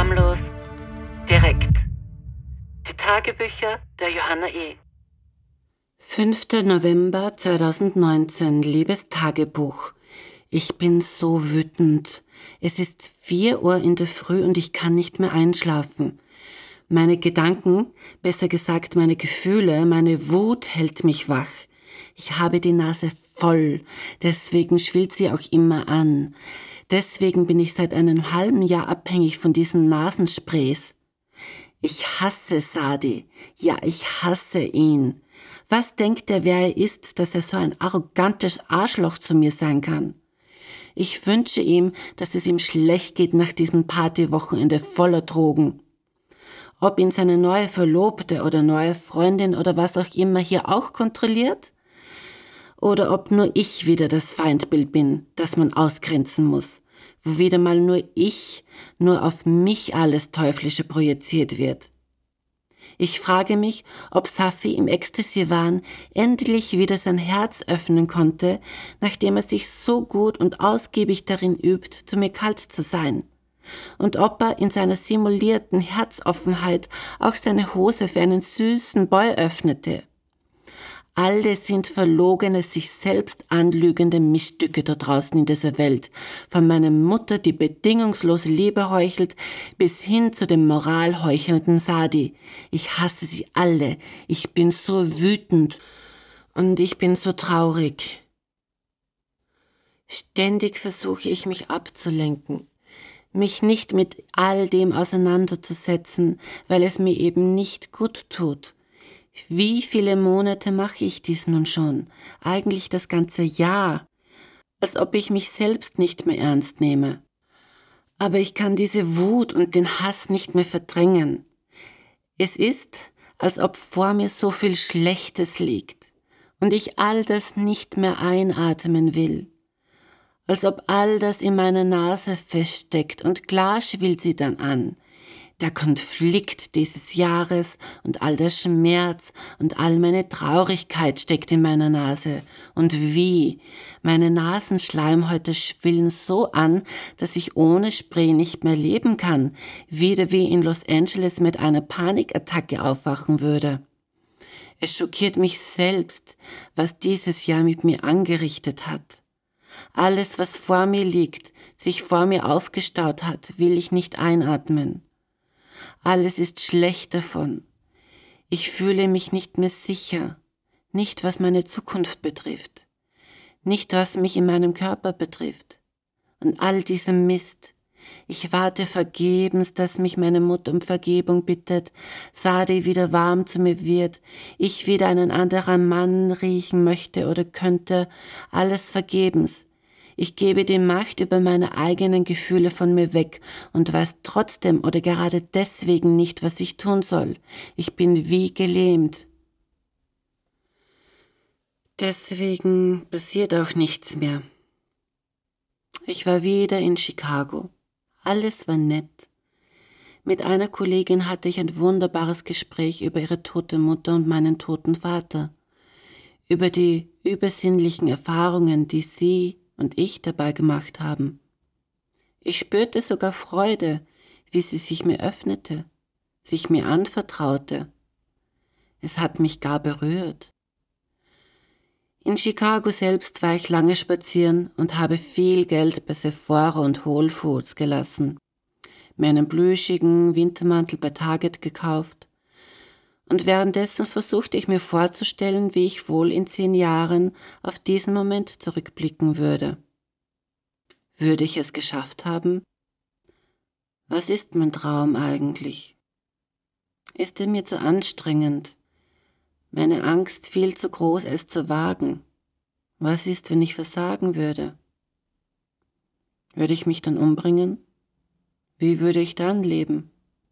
Schamlos, direkt. Die Tagebücher der Johanna E. 5. November 2019, liebes Tagebuch. Ich bin so wütend. Es ist 4 Uhr in der Früh und ich kann nicht mehr einschlafen. Meine Gedanken, besser gesagt meine Gefühle, meine Wut hält mich wach. Ich habe die Nase voll, deswegen schwillt sie auch immer an. Deswegen bin ich seit einem halben Jahr abhängig von diesen Nasensprays. Ich hasse Sadi. Ja, ich hasse ihn. Was denkt er, wer er ist, dass er so ein arrogantes Arschloch zu mir sein kann? Ich wünsche ihm, dass es ihm schlecht geht nach diesem Partywochenende voller Drogen. Ob ihn seine neue Verlobte oder neue Freundin oder was auch immer hier auch kontrolliert? Oder ob nur ich wieder das Feindbild bin, das man ausgrenzen muss, wo wieder mal nur auf mich alles Teuflische projiziert wird. Ich frage mich, ob Safi im Ecstasy-Wahn endlich wieder sein Herz öffnen konnte, nachdem er sich so gut und ausgiebig darin übt, zu mir kalt zu sein. Und ob er in seiner simulierten Herzoffenheit auch seine Hose für einen süßen Boy öffnete. Alle sind verlogene, sich selbst anlügende Missstücke da draußen in dieser Welt. Von meiner Mutter, die bedingungslose Liebe heuchelt, bis hin zu dem moralheuchelnden Sadi. Ich hasse sie alle. Ich bin so wütend. Und ich bin so traurig. Ständig versuche ich mich abzulenken. Mich nicht mit all dem auseinanderzusetzen, weil es mir eben nicht gut tut. Wie viele Monate mache ich dies nun schon? Eigentlich das ganze Jahr. Als ob ich mich selbst nicht mehr ernst nehme. Aber ich kann diese Wut und den Hass nicht mehr verdrängen. Es ist, als ob vor mir so viel Schlechtes liegt und ich all das nicht mehr einatmen will. Als ob all das in meiner Nase feststeckt und klar schwillt sie dann an. Der Konflikt dieses Jahres und all der Schmerz und all meine Traurigkeit steckt in meiner Nase. Und wie? Meine Nasenschleimhäute schwillen so an, dass ich ohne Spray nicht mehr leben kann, wieder wie in Los Angeles mit einer Panikattacke aufwachen würde. Es schockiert mich selbst, was dieses Jahr mit mir angerichtet hat. Alles, was vor mir liegt, sich vor mir aufgestaut hat, will ich nicht einatmen. Alles ist schlecht davon. Ich fühle mich nicht mehr sicher, nicht was meine Zukunft betrifft, nicht was mich in meinem Körper betrifft. Und all dieser Mist. Ich warte vergebens, dass mich meine Mutter um Vergebung bittet, Sadi wieder warm zu mir wird, ich wieder einen anderen Mann riechen möchte oder könnte, alles vergebens. Ich gebe die Macht über meine eigenen Gefühle von mir weg und weiß trotzdem oder gerade deswegen nicht, was ich tun soll. Ich bin wie gelähmt. Deswegen passiert auch nichts mehr. Ich war wieder in Chicago. Alles war nett. Mit einer Kollegin hatte ich ein wunderbares Gespräch über ihre tote Mutter und meinen toten Vater. Über die übersinnlichen Erfahrungen, die sie und ich dabei gemacht haben. Ich spürte sogar Freude, wie sie sich mir öffnete, sich mir anvertraute. Es hat mich gar berührt. In Chicago selbst war ich lange spazieren und habe viel Geld bei Sephora und Whole Foods gelassen, mir einen plüschigen Wintermantel bei Target gekauft und währenddessen versuchte ich mir vorzustellen, wie ich wohl in 10 Jahren auf diesen Moment zurückblicken würde. Würde ich es geschafft haben? Was ist mein Traum eigentlich? Ist er mir zu anstrengend? Meine Angst viel zu groß, es zu wagen? Was ist, wenn ich versagen würde? Würde ich mich dann umbringen? Wie würde ich dann leben?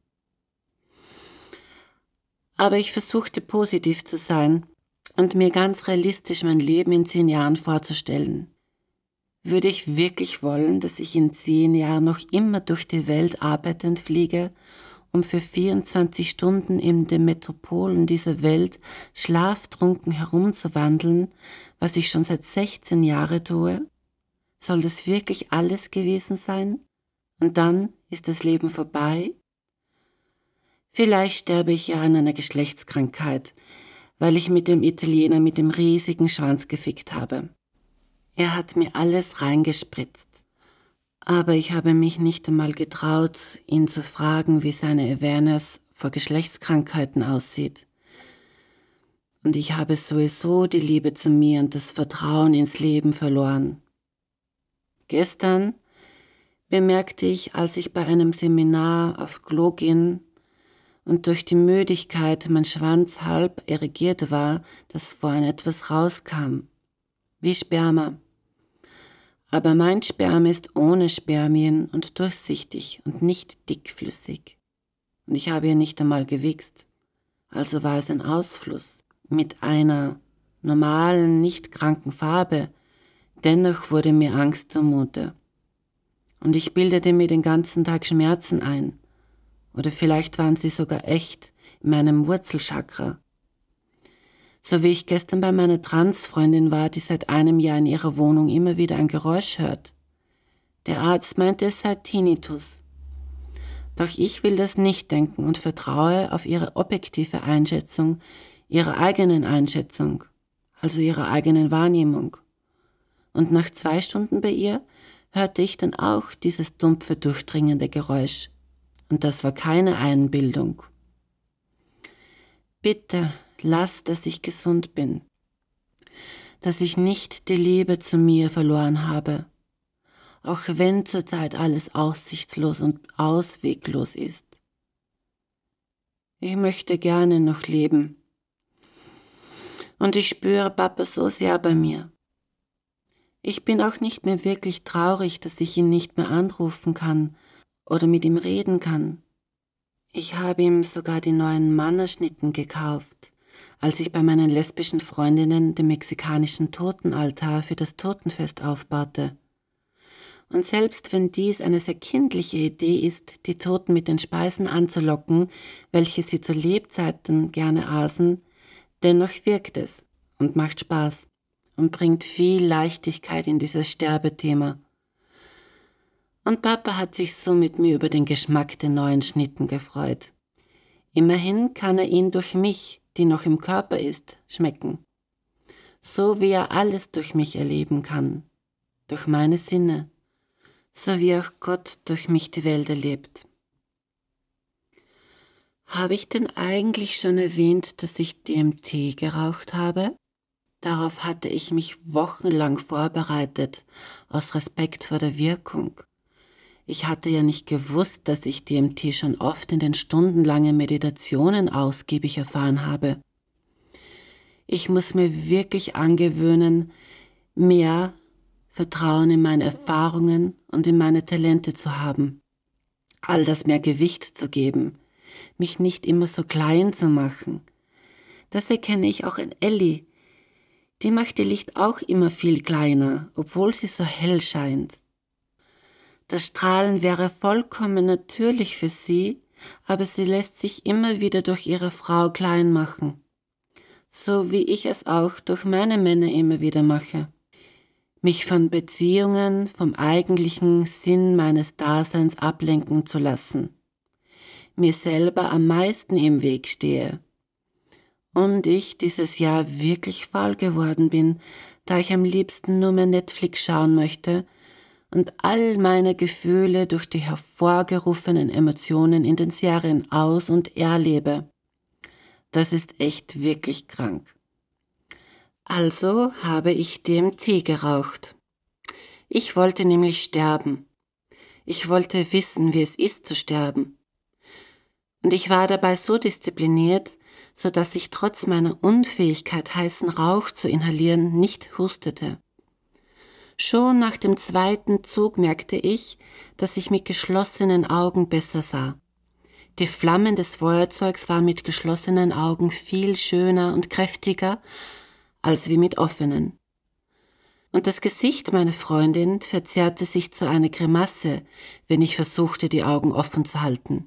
Aber ich versuchte positiv zu sein und mir ganz realistisch mein Leben in 10 Jahren vorzustellen. Würde ich wirklich wollen, dass ich in 10 Jahren noch immer durch die Welt arbeitend fliege, um für 24 Stunden in den Metropolen dieser Welt schlaftrunken herumzuwandeln, was ich schon seit 16 Jahren tue? Soll das wirklich alles gewesen sein? Und dann ist das Leben vorbei Vielleicht sterbe ich ja an einer Geschlechtskrankheit, weil ich mit dem Italiener mit dem riesigen Schwanz gefickt habe. Er hat mir alles reingespritzt. Aber ich habe mich nicht einmal getraut, ihn zu fragen, wie seine Awareness vor Geschlechtskrankheiten aussieht. Und ich habe sowieso die Liebe zu mir und das Vertrauen ins Leben verloren. Gestern bemerkte ich, als ich bei einem Seminar aufs Klo ging und durch die Müdigkeit mein Schwanz halb erigiert war, dass vorhin etwas rauskam, wie Sperma. Aber mein Sperma ist ohne Spermien und durchsichtig und nicht dickflüssig. Und ich habe ja nicht einmal gewichst. Also war es ein Ausfluss mit einer normalen, nicht kranken Farbe. Dennoch wurde mir Angst zumute. Und ich bildete mir den ganzen Tag Schmerzen ein. Oder vielleicht waren sie sogar echt in meinem Wurzelchakra. So wie ich gestern bei meiner Transfreundin war, die seit einem Jahr in ihrer Wohnung immer wieder ein Geräusch hört. Der Arzt meinte, es sei Tinnitus. Doch ich will das nicht denken und vertraue auf ihre objektive Einschätzung, ihre eigenen Einschätzung, also ihre eigenen Wahrnehmung. Und nach 2 Stunden bei ihr hörte ich dann auch dieses dumpfe, durchdringende Geräusch. Und das war keine Einbildung. Bitte, lass, dass ich gesund bin, dass ich nicht die Liebe zu mir verloren habe, auch wenn zurzeit alles aussichtslos und ausweglos ist. Ich möchte gerne noch leben und ich spüre Papa so sehr bei mir. Ich bin auch nicht mehr wirklich traurig, dass ich ihn nicht mehr anrufen kann oder mit ihm reden kann. Ich habe ihm sogar die neuen Mannerschnitten gekauft, als ich bei meinen lesbischen Freundinnen den mexikanischen Totenaltar für das Totenfest aufbaute. Und selbst wenn dies eine sehr kindliche Idee ist, die Toten mit den Speisen anzulocken, welche sie zu Lebzeiten gerne aßen, dennoch wirkt es und macht Spaß und bringt viel Leichtigkeit in dieses Sterbethema. Und Papa hat sich so mit mir über den Geschmack der neuen Schnitten gefreut. Immerhin kann er ihn durch mich, die noch im Körper ist, schmecken. So wie er alles durch mich erleben kann, durch meine Sinne, so wie auch Gott durch mich die Welt erlebt. Habe ich denn eigentlich schon erwähnt, dass ich DMT geraucht habe? Darauf hatte ich mich wochenlang vorbereitet, aus Respekt vor der Wirkung. Ich hatte ja nicht gewusst, dass ich DMT schon oft in den stundenlangen Meditationen ausgiebig erfahren habe. Ich muss mir wirklich angewöhnen, mehr Vertrauen in meine Erfahrungen und in meine Talente zu haben. All das mehr Gewicht zu geben, mich nicht immer so klein zu machen. Das erkenne ich auch in Ellie. Die macht ihr Licht auch immer viel kleiner, obwohl sie so hell scheint. Das Strahlen wäre vollkommen natürlich für sie, aber sie lässt sich immer wieder durch ihre Frau klein machen. So wie ich es auch durch meine Männer immer wieder mache. Mich von Beziehungen, vom eigentlichen Sinn meines Daseins ablenken zu lassen. Mir selber am meisten im Weg stehe. Und ich dieses Jahr wirklich faul geworden bin, da ich am liebsten nur mehr Netflix schauen möchte und all meine Gefühle durch die hervorgerufenen Emotionen in den Serien aus- und erlebe. Das ist echt wirklich krank. Also habe ich DMT geraucht. Ich wollte nämlich sterben. Ich wollte wissen, wie es ist zu sterben. Und ich war dabei so diszipliniert, so dass ich trotz meiner Unfähigkeit, heißen Rauch zu inhalieren, nicht hustete. Schon nach dem 2. Zug merkte ich, dass ich mit geschlossenen Augen besser sah. Die Flammen des Feuerzeugs waren mit geschlossenen Augen viel schöner und kräftiger als wie mit offenen. Und das Gesicht meiner Freundin verzerrte sich zu einer Grimasse, wenn ich versuchte, die Augen offen zu halten.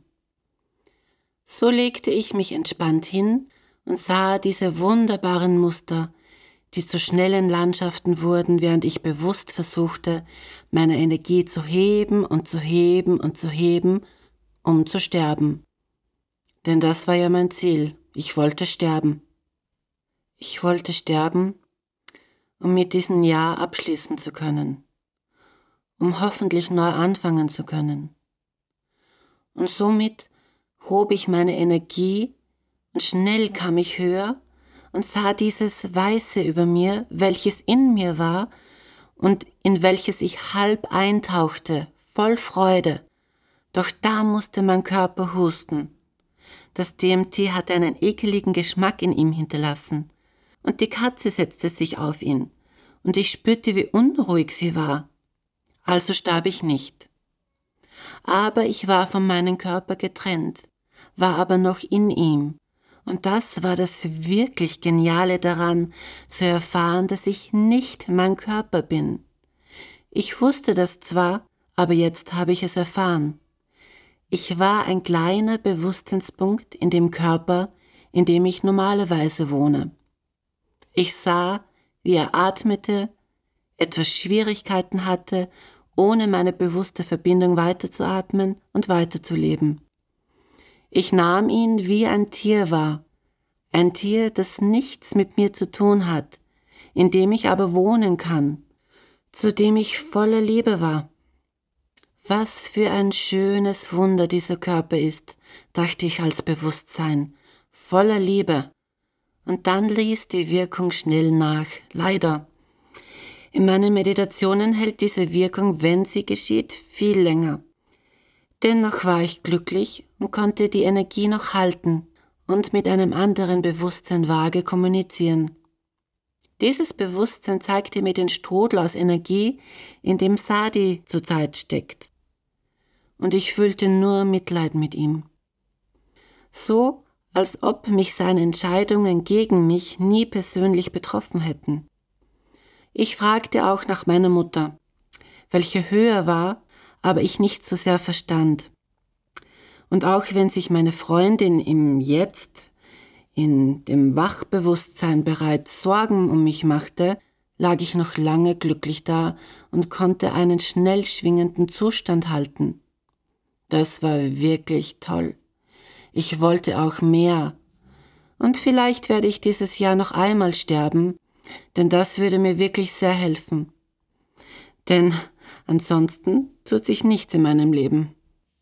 So legte ich mich entspannt hin und sah diese wunderbaren Muster, die zu schnellen Landschaften wurden, während ich bewusst versuchte, meine Energie zu heben und zu heben und zu heben, um zu sterben. Denn das war ja mein Ziel. Ich wollte sterben. Ich wollte sterben, um mit diesem Jahr abschließen zu können, um hoffentlich neu anfangen zu können. Und somit hob ich meine Energie und schnell kam ich höher und sah dieses Weiße über mir, welches in mir war und in welches ich halb eintauchte, voll Freude. Doch da musste mein Körper husten. Das DMT hatte einen ekeligen Geschmack in ihm hinterlassen. Und die Katze setzte sich auf ihn. Und ich spürte, wie unruhig sie war. Also starb ich nicht. Aber ich war von meinem Körper getrennt, war aber noch in ihm. Und das war das wirklich Geniale daran, zu erfahren, dass ich nicht mein Körper bin. Ich wusste das zwar, aber jetzt habe ich es erfahren. Ich war ein kleiner Bewusstseinspunkt in dem Körper, in dem ich normalerweise wohne. Ich sah, wie er atmete, etwas Schwierigkeiten hatte, ohne meine bewusste Verbindung weiterzuatmen und weiterzuleben. Ich nahm ihn, wie ein Tier war, ein Tier, das nichts mit mir zu tun hat, in dem ich aber wohnen kann, zu dem ich voller Liebe war. Was für ein schönes Wunder dieser Körper ist, dachte ich als Bewusstsein, voller Liebe. Und dann ließ die Wirkung schnell nach, leider. In meinen Meditationen hält diese Wirkung, wenn sie geschieht, viel länger. Dennoch war ich glücklich und konnte die Energie noch halten und mit einem anderen Bewusstsein vage kommunizieren. Dieses Bewusstsein zeigte mir den Strudel aus Energie, in dem Sadi zurzeit steckt. Und ich fühlte nur Mitleid mit ihm. So, als ob mich seine Entscheidungen gegen mich nie persönlich betroffen hätten. Ich fragte auch nach meiner Mutter, welche höher war, aber ich nicht so sehr verstand. Und auch wenn sich meine Freundin im Jetzt, in dem Wachbewusstsein bereits Sorgen um mich machte, lag ich noch lange glücklich da und konnte einen schnell schwingenden Zustand halten. Das war wirklich toll. Ich wollte auch mehr. Und vielleicht werde ich dieses Jahr noch einmal sterben, denn das würde mir wirklich sehr helfen. Denn ansonsten tut sich nichts in meinem Leben.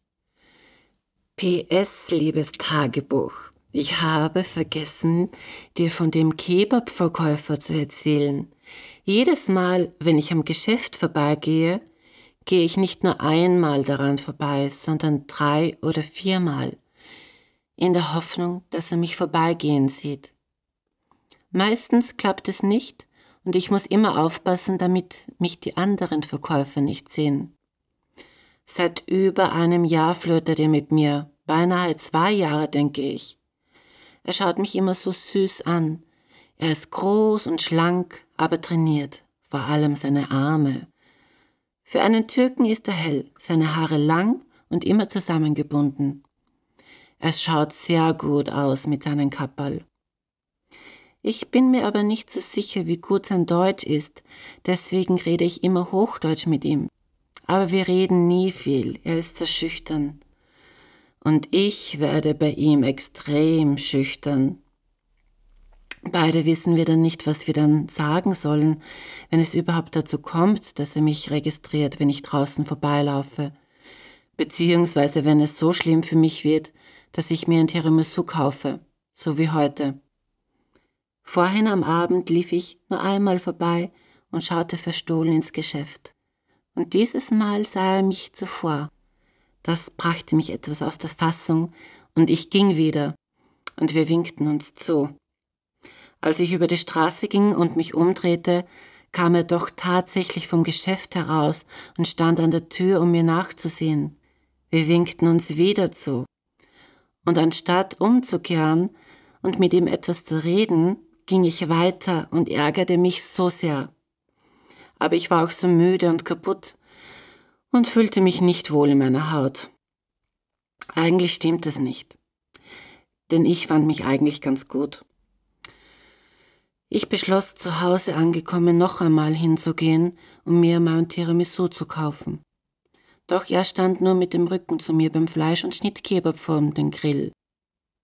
PS, liebes Tagebuch. Ich habe vergessen, dir von dem Kebab-Verkäufer zu erzählen. Jedes Mal, wenn ich am Geschäft vorbeigehe, gehe ich nicht nur einmal daran vorbei, sondern 3 oder 4 Mal, in der Hoffnung, dass er mich vorbeigehen sieht. Meistens klappt es nicht und ich muss immer aufpassen, damit mich die anderen Verkäufer nicht sehen. Seit über einem Jahr flirtet er mit mir, beinahe 2 Jahre, denke ich. Er schaut mich immer so süß an. Er ist groß und schlank, aber trainiert, vor allem seine Arme. Für einen Türken ist er hell, seine Haare lang und immer zusammengebunden. Es schaut sehr gut aus mit seinem Kapperl. Ich bin mir aber nicht so sicher, wie gut sein Deutsch ist, deswegen rede ich immer Hochdeutsch mit ihm. Aber wir reden nie viel, er ist sehr schüchtern. Und ich werde bei ihm extrem schüchtern. Beide wissen wir dann nicht, was wir dann sagen sollen, wenn es überhaupt dazu kommt, dass er mich registriert, wenn ich draußen vorbeilaufe. Beziehungsweise wenn es so schlimm für mich wird, dass ich mir ein Tiramisu kaufe, so wie heute. Vorhin am Abend lief ich nur einmal vorbei und schaute verstohlen ins Geschäft. Und dieses Mal sah er mich zuvor. Das brachte mich etwas aus der Fassung und ich ging wieder und wir winkten uns zu. Als ich über die Straße ging und mich umdrehte, kam er doch tatsächlich vom Geschäft heraus und stand an der Tür, um mir nachzusehen. Wir winkten uns wieder zu. Und anstatt umzukehren und mit ihm etwas zu reden, ging ich weiter und ärgerte mich so sehr. Aber ich war auch so müde und kaputt und fühlte mich nicht wohl in meiner Haut. Eigentlich stimmt es nicht, denn ich fand mich eigentlich ganz gut. Ich beschloss, zu Hause angekommen, noch einmal hinzugehen, um mir mein Tiramisu zu kaufen. Doch er stand nur mit dem Rücken zu mir beim Fleisch- und schnitt Kebab vor dem Grill.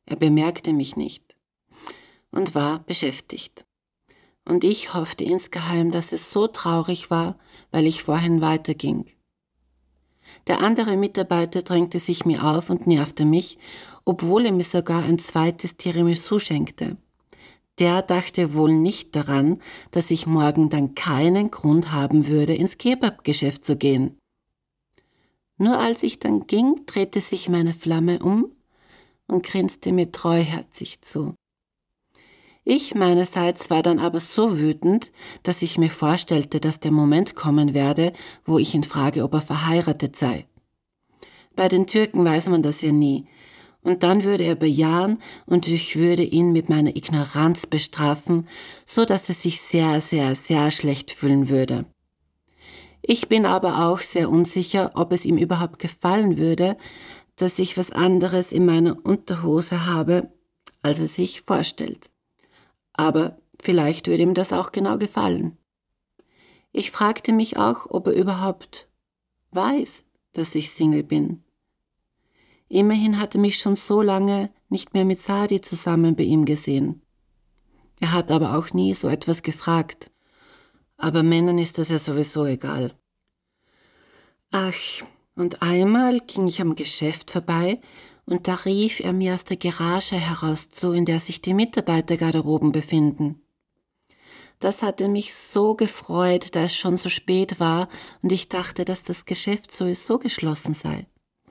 Er bemerkte mich nicht und war beschäftigt. Und ich hoffte insgeheim, dass es so traurig war, weil ich vorhin weiterging. Der andere Mitarbeiter drängte sich mir auf und nervte mich, obwohl er mir sogar ein zweites Tiramisu schenkte. Der dachte wohl nicht daran, dass ich morgen dann keinen Grund haben würde, ins Kebabgeschäft zu gehen. Nur als ich dann ging, drehte sich meine Flamme um und grinste mir treuherzig zu. Ich meinerseits war dann aber so wütend, dass ich mir vorstellte, dass der Moment kommen werde, wo ich ihn frage, ob er verheiratet sei. Bei den Türken weiß man das ja nie. Und dann würde er bejahen und ich würde ihn mit meiner Ignoranz bestrafen, so dass er sich sehr, sehr, sehr schlecht fühlen würde. Ich bin aber auch sehr unsicher, ob es ihm überhaupt gefallen würde, dass ich was anderes in meiner Unterhose habe, als er sich vorstellt. Aber vielleicht würde ihm das auch genau gefallen. Ich fragte mich auch, ob er überhaupt weiß, dass ich Single bin. Immerhin hatte mich schon so lange nicht mehr mit Sadi zusammen bei ihm gesehen. Er hat aber auch nie so etwas gefragt. Aber Männern ist das ja sowieso egal. Ach, und einmal ging ich am Geschäft vorbei und da rief er mir aus der Garage heraus zu, in der sich die Mitarbeitergarderoben befinden. Das hatte mich so gefreut, da es schon so spät war und ich dachte, dass das Geschäft sowieso geschlossen sei.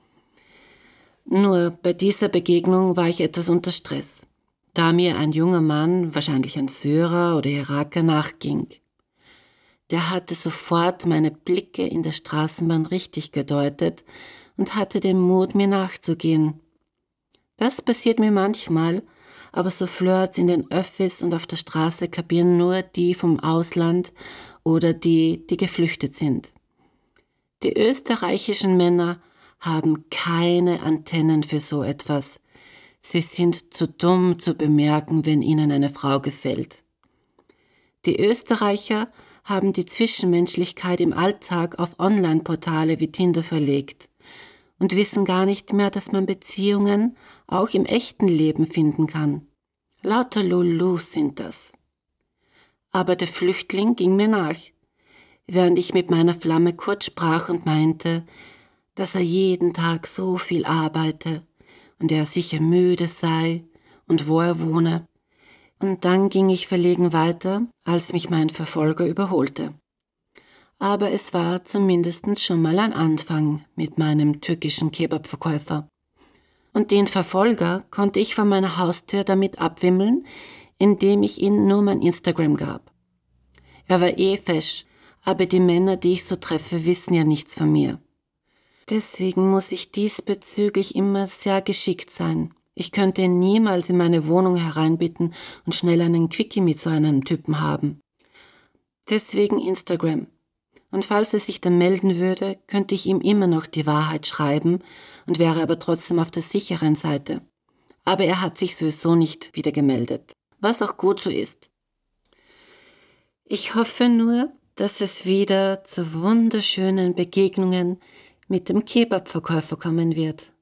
Nur bei dieser Begegnung war ich etwas unter Stress, da mir ein junger Mann, wahrscheinlich ein Syrer oder Iraker, nachging. Der hatte sofort meine Blicke in der Straßenbahn richtig gedeutet und hatte den Mut, mir nachzugehen. Das passiert mir manchmal, aber so Flirts in den Öffis und auf der Straße kapieren nur die vom Ausland oder die geflüchtet sind. Die österreichischen Männer haben keine Antennen für so etwas. Sie sind zu dumm zu bemerken, wenn ihnen eine Frau gefällt. Die Österreicher haben die Zwischenmenschlichkeit im Alltag auf Online-Portale wie Tinder verlegt und wissen gar nicht mehr, dass man Beziehungen auch im echten Leben finden kann. Lauter Lulus sind das. Aber der Flüchtling ging mir nach, während ich mit meiner Flamme kurz sprach und meinte, dass er jeden Tag so viel arbeite und er sicher müde sei und wo er wohne. Und dann ging ich verlegen weiter, als mich mein Verfolger überholte. Aber es war zumindest schon mal ein Anfang mit meinem türkischen Kebabverkäufer. Und den Verfolger konnte ich von meiner Haustür damit abwimmeln, indem ich ihm nur mein Instagram gab. Er war fesch, aber die Männer, die ich so treffe, wissen ja nichts von mir. Deswegen muss ich diesbezüglich immer sehr geschickt sein. Ich könnte ihn niemals in meine Wohnung hereinbitten und schnell einen Quickie mit so einem Typen haben. Deswegen Instagram. Und falls er sich dann melden würde, könnte ich ihm immer noch die Wahrheit schreiben und wäre aber trotzdem auf der sicheren Seite. Aber er hat sich sowieso nicht wieder gemeldet, was auch gut so ist. Ich hoffe nur, dass es wieder zu wunderschönen Begegnungen mit dem Kebabverkäufer kommen wird.